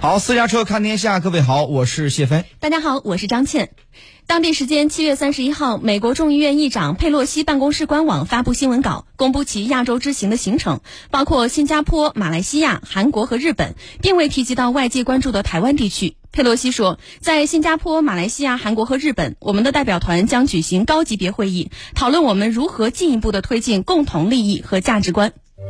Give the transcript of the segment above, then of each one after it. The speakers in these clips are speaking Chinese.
好，私家车看天下，各位好，我是谢飞。 大家好，我是张倩。当地时间7月31号，美国众议院议长佩洛西办公室官网发布新闻稿，公布其亚洲之行的行程，包括新加坡、马来西亚、韩国和日本，并未提及到外界关注的台湾地区。佩洛西说，在新加坡、马来西亚、韩国和日本，我们的代表团将举行高级别会议，讨论我们如何进一步的推进共同利益和价值观。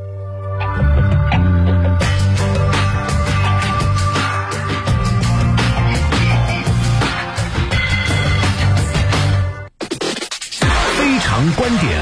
观点。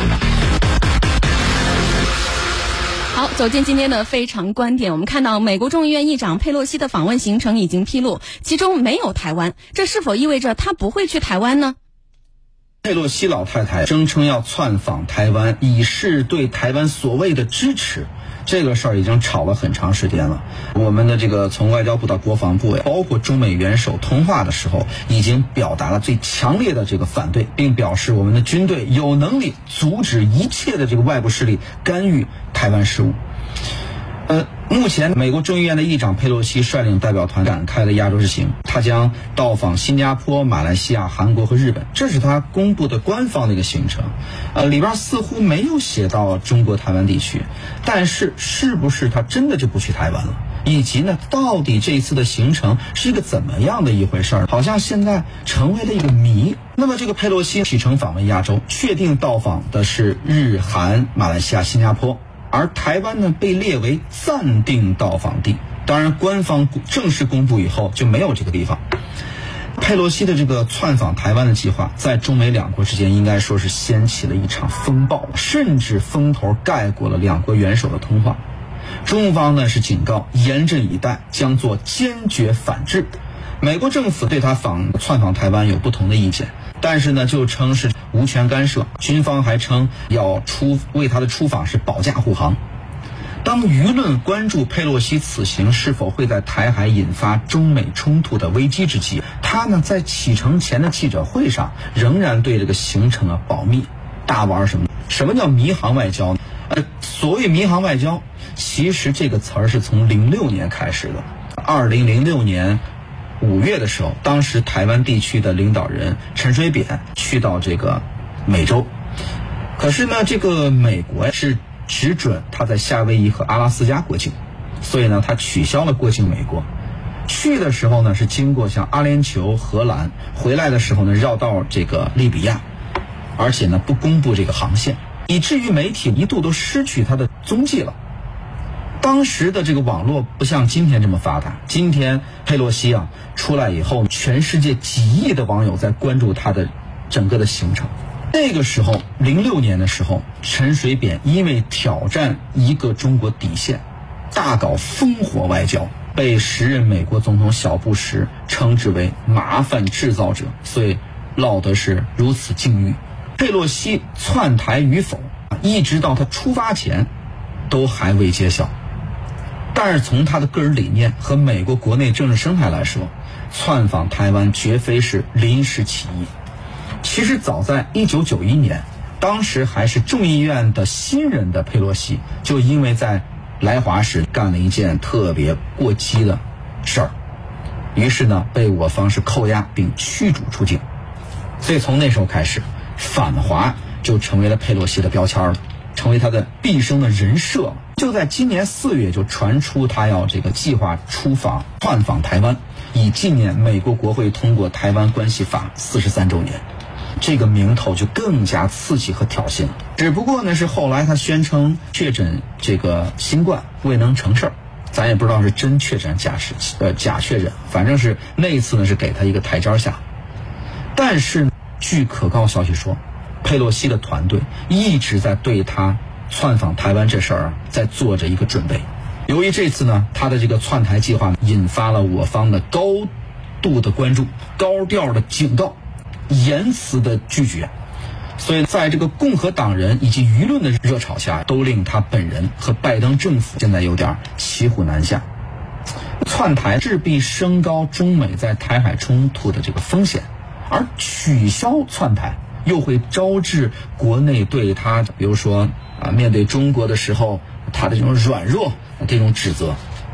好，走进今天的非常观点。我们看到美国众议院议长佩洛西的访问行程已经披露，其中没有台湾，这是否意味着他不会去台湾呢？ 佩洛西老太太声称要窜访台湾，以示对台湾所谓的支持。这个事儿已经吵了很长时间了。我们的这个从外交部到国防部，包括中美元首通话的时候，已经表达了最强烈的这个反对，并表示我们的军队有能力阻止一切的这个外部势力干预台湾事务。目前美国众议院的议长佩洛西率领代表团展开了亚洲之行，他将到访新加坡、马来西亚、韩国和日本，这是他公布的官方的一个行程。里边似乎没有写到中国台湾地区，但是是不是他真的就不去台湾了？以及呢，到底这一次的行程是一个怎么样的一回事儿？好像现在成为了一个谜。那么这个佩洛西启程访问亚洲，确定到访的是日韩、马来西亚、新加坡。而台湾呢，被列为暂定到访地，当然官方正式公布以后就没有这个地方。佩洛西的这个窜访台湾的计划，在中美两国之间应该说是掀起了一场风暴，甚至风头盖过了两国元首的通话。中方呢是警告严阵以待，将做坚决反制。美国政府对他窜访台湾有不同的意见，但是呢就称是无权干涉，军方还称要为他的出访是保驾护航。当舆论关注佩洛西此行是否会在台海引发中美冲突的危机之际，他呢在启程前的记者会上仍然对这个行程保密。大玩什么？什么叫迷航外交呢？所谓迷航外交，其实这个词儿是从06年开始的。2006年5月的时候，当时台湾地区的领导人陈水扁去到这个美洲，可是呢这个美国是只准他在夏威夷和阿拉斯加过境，所以呢他取消了过境美国。去的时候呢是经过像阿联酋、荷兰，回来的时候呢绕道这个利比亚，而且呢不公布这个航线，以至于媒体一度都失去他的踪迹了。当时的这个网络不像今天这么发达，今天佩洛西出来以后，全世界几亿的网友在关注他的整个的行程。那个时候06年的时候，陈水扁因为挑战一个中国底线，大搞烽火外交，被时任美国总统小布什称之为麻烦制造者，所以落得是如此境遇。佩洛西窜台与否，一直到他出发前都还未揭晓。但是从他的个人理念和美国国内政治生态来说，窜访台湾绝非是临时起意。其实早在1991年，当时还是众议院的新人的佩洛西，就因为在来华时干了一件特别过激的事儿，于是呢被我方是扣押并驱逐出境。所以从那时候开始，反华就成为了佩洛西的标签了，成为他的毕生的人设了。就在今年4月就传出他要这个计划窜访台湾，以纪念美国国会通过《台湾关系法》43周年。这个名头就更加刺激和挑衅了。只不过呢是后来他宣称确诊这个新冠未能成事儿，咱也不知道是真确诊假确诊，反正是那一次呢是给他一个台阶下。但是据可靠消息说，佩洛西的团队一直在对他窜访台湾这事儿在做着一个准备。由于这次呢他的这个窜台计划引发了我方的高度的关注，高调的警告，言辞的拒绝，所以在这个共和党人以及舆论的热炒下，都令他本人和拜登政府现在有点骑虎难下。窜台势必升高中美在台海冲突的这个风险，而取消窜台又会招致国内对他比如说面对中国的时候他的这种软弱这种指责。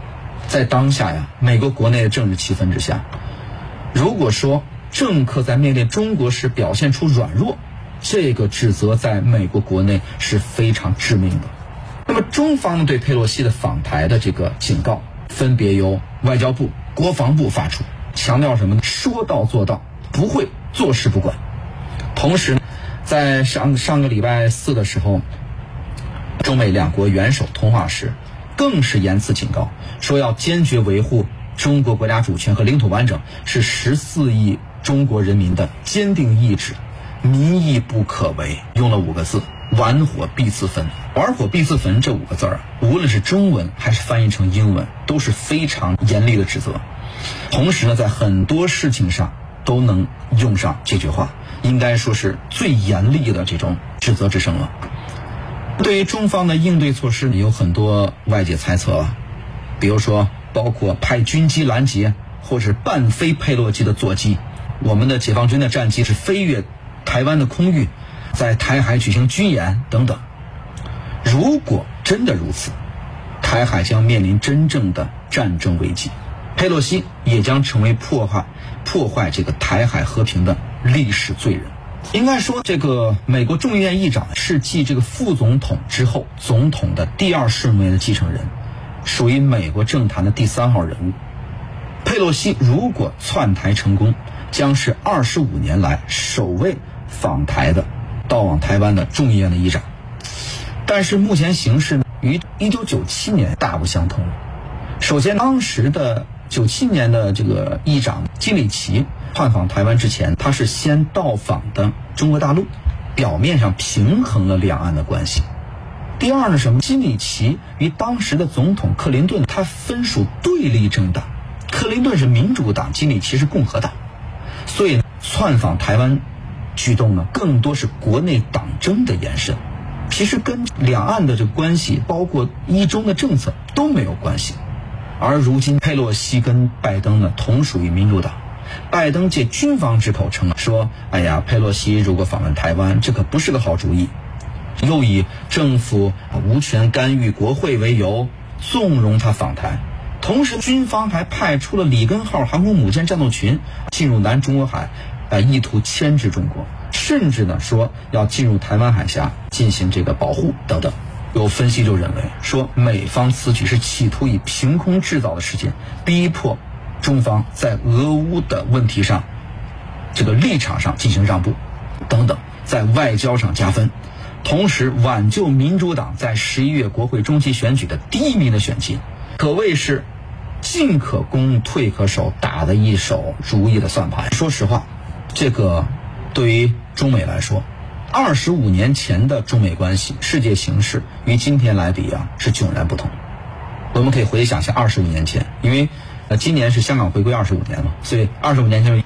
在当下呀，美国国内的政治气氛之下，如果说政客在面对中国时表现出软弱，这个指责在美国国内是非常致命的。那么中方对佩洛西的访台的这个警告，分别由外交部、国防部发出，强调什么呢？说到做到，不会坐视不管。同时，在上个礼拜4的时候，中美两国元首通话时，更是严词警告，说要坚决维护中国国家主权和领土完整，是14亿中国人民的坚定意志，民意不可违，用了5个字：玩火必自焚。玩火必自焚这5个字啊，无论是中文还是翻译成英文，都是非常严厉的指责。同时呢，在很多事情上都能用上这句话，应该说是最严厉的这种指责之声了。对于中方的应对措施，有很多外界猜测了，比如说包括派军机拦截，或是半飞佩洛机的座机，我们的解放军的战机是飞越台湾的空域，在台海举行军演等等。如果真的如此，台海将面临真正的战争危机，佩洛西也将成为破坏这个台海和平的历史罪人。应该说，这个美国众议院议长是继这个副总统之后总统的第2顺位的继承人，属于美国政坛的第3号人物。佩洛西如果窜台成功，将是25年来首位访台的到往台湾的众议院的议长。但是目前形势与1997年大不相同了。首先，当时的97年的这个议长金里奇窜访台湾之前，他是先到访的中国大陆，表面上平衡了两岸的关系。第二呢，什么？金里奇与当时的总统克林顿，他分属对立政党，克林顿是民主党，金里奇是共和党，所以窜访台湾举动呢，更多是国内党争的延伸，其实跟两岸的这个关系，包括一中的政策都没有关系。而如今佩洛西跟拜登呢，同属于民主党。拜登借军方之口称说，哎呀，佩洛西如果访问台湾，这可不是个好主意，又以政府无权干预国会为由纵容他访台。同时军方还派出了里根号航空母舰战斗群进入南中国海，意图牵制中国，甚至呢说要进入台湾海峡进行这个保护等等。有分析就认为说，美方此举是企图以凭空制造的事件逼迫中方在俄乌的问题上这个立场上进行让步等等，在外交上加分，同时挽救民主党在11月国会中期选举的第1名的选情，可谓是进可攻退可守，打的一手如意的算盘。说实话，这个对于中美来说，25年前的中美关系世界形势与今天来比啊，是迥然不同。我们可以回想一下25年前，因为今年是香港回归25年嘛，所以25年前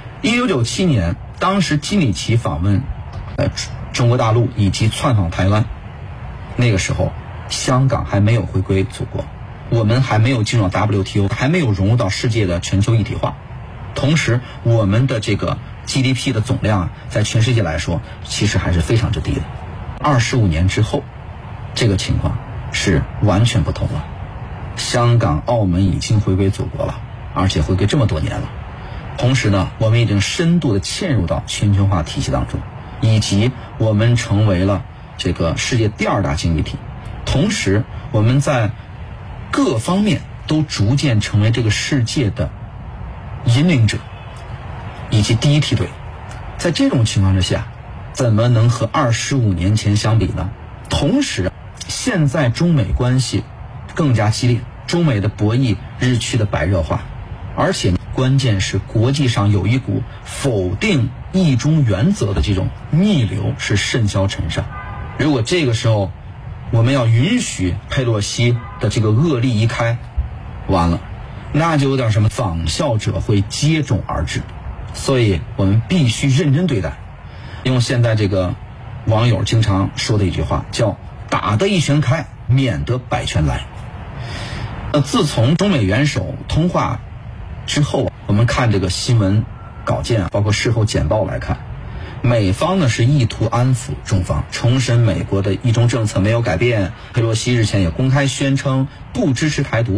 1997年，当时金里奇访问中国大陆以及窜访台湾，那个时候香港还没有回归祖国，我们还没有进入到 WTO， 还没有融入到世界的全球一体化，同时我们的这个 GDP 的总量在全世界来说其实还是非常之低的。25年之后，这个情况是完全不同了。香港、澳门已经回归祖国了，而且回归这么多年了。同时呢，我们已经深度的嵌入到全球化体系当中，以及我们成为了这个世界第2大经济体。同时，我们在各方面都逐渐成为这个世界的引领者以及第一梯队。在这种情况之下，怎么能和25年前相比呢？同时，现在中美关系更加激烈，中美的博弈日趋的白热化，而且关键是国际上有一股否定一中原则的这种逆流是甚嚣尘上。如果这个时候我们要允许佩洛西的这个恶例一开，完了，那就有点什么仿效者会接踵而至。所以我们必须认真对待，用现在这个网友经常说的一句话，叫打得一拳开，免得百拳来。自从中美元首通话之后，我们看这个新闻稿件包括事后简报来看，美方呢是意图安抚中方，重申美国的一中政策没有改变。佩洛西日前也公开宣称不支持台独，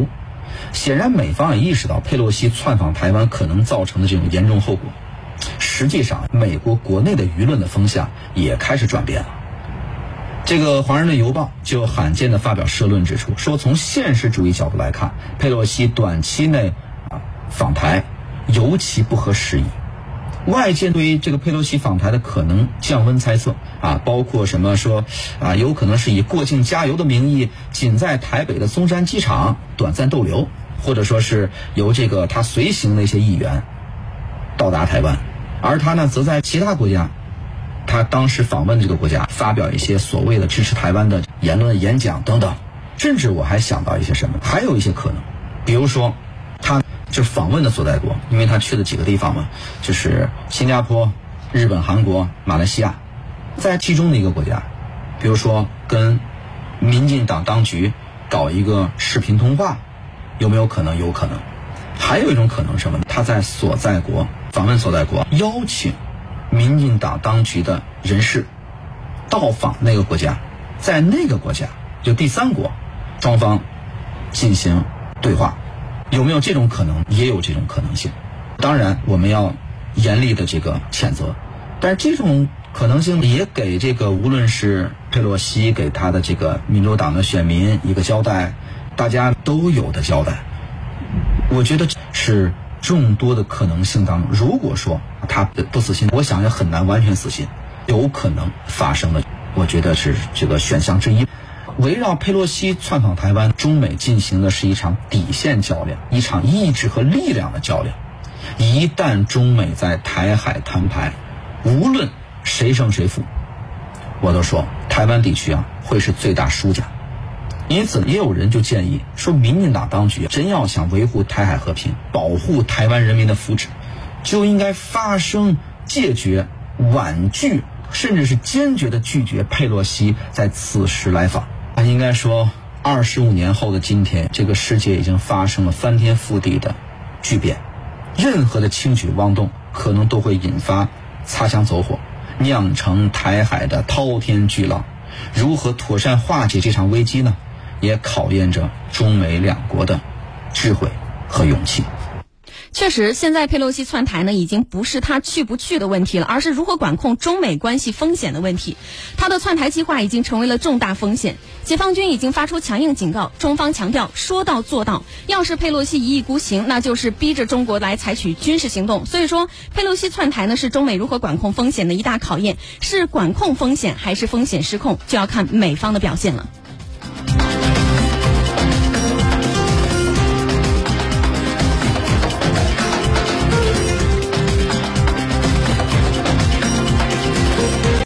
显然美方也意识到佩洛西窜访台湾可能造成的这种严重后果。实际上，美国国内的舆论的风向也开始转变了。这个《华盛顿邮报》就罕见地发表社论指出，说从现实主义角度来看，佩洛西短期内访台尤其不合时宜。外界对于这个佩洛西访台的可能降温猜测包括什么说有可能是以过境加油的名义，仅在台北的松山机场短暂逗留，或者说是由这个他随行的一些议员到达台湾，而他呢则在其他国家，他当时访问的这个国家发表一些所谓的支持台湾的言论、演讲等等。甚至我还想到一些什么，还有一些可能，比如说他就是访问的所在国，因为他去了几个地方嘛，就是新加坡、日本、韩国、马来西亚，在其中的一个国家，比如说跟民进党当局搞一个视频通话，有没有可能？有可能。还有一种可能是什么呢？他在所在国访问所在国，邀请民进党当局的人士到访那个国家，在那个国家就第三国，双方进行对话。有没有这种可能？也有这种可能性。当然我们要严厉的这个谴责，但是这种可能性也给这个无论是佩洛西给他的这个民主党的选民一个交代，大家都有的交代。我觉得是众多的可能性当中，如果说他不死心，我想也很难完全死心，有可能发生的，我觉得是这个选项之一。围绕佩洛西窜访台湾，中美进行的是一场底线较量，一场意志和力量的较量。一旦中美在台海摊牌，无论谁胜谁负，我都说台湾地区会是最大输家。因此也有人就建议说，民进党当局真要想维护台海和平，保护台湾人民的福祉，就应该发声戒绝、婉拒，甚至是坚决地拒绝佩洛西在此时来访。应该说25年后的今天，这个世界已经发生了翻天覆地的巨变，任何的轻举妄动可能都会引发擦枪走火，酿成台海的滔天巨浪。如何妥善化解这场危机呢？也考验着中美两国的智慧和勇气。 确实，现在佩洛西窜台呢，已经不是他去不去的问题了，而是如何管控中美关系风险的问题。他的窜台计划已经成为了重大风险，解放军已经发出强硬警告，中方强调说到做到。要是佩洛西一意孤行，那就是逼着中国来采取军事行动。所以说，佩洛西窜台呢，是中美如何管控风险的一大考验，是管控风险还是风险失控，就要看美方的表现了。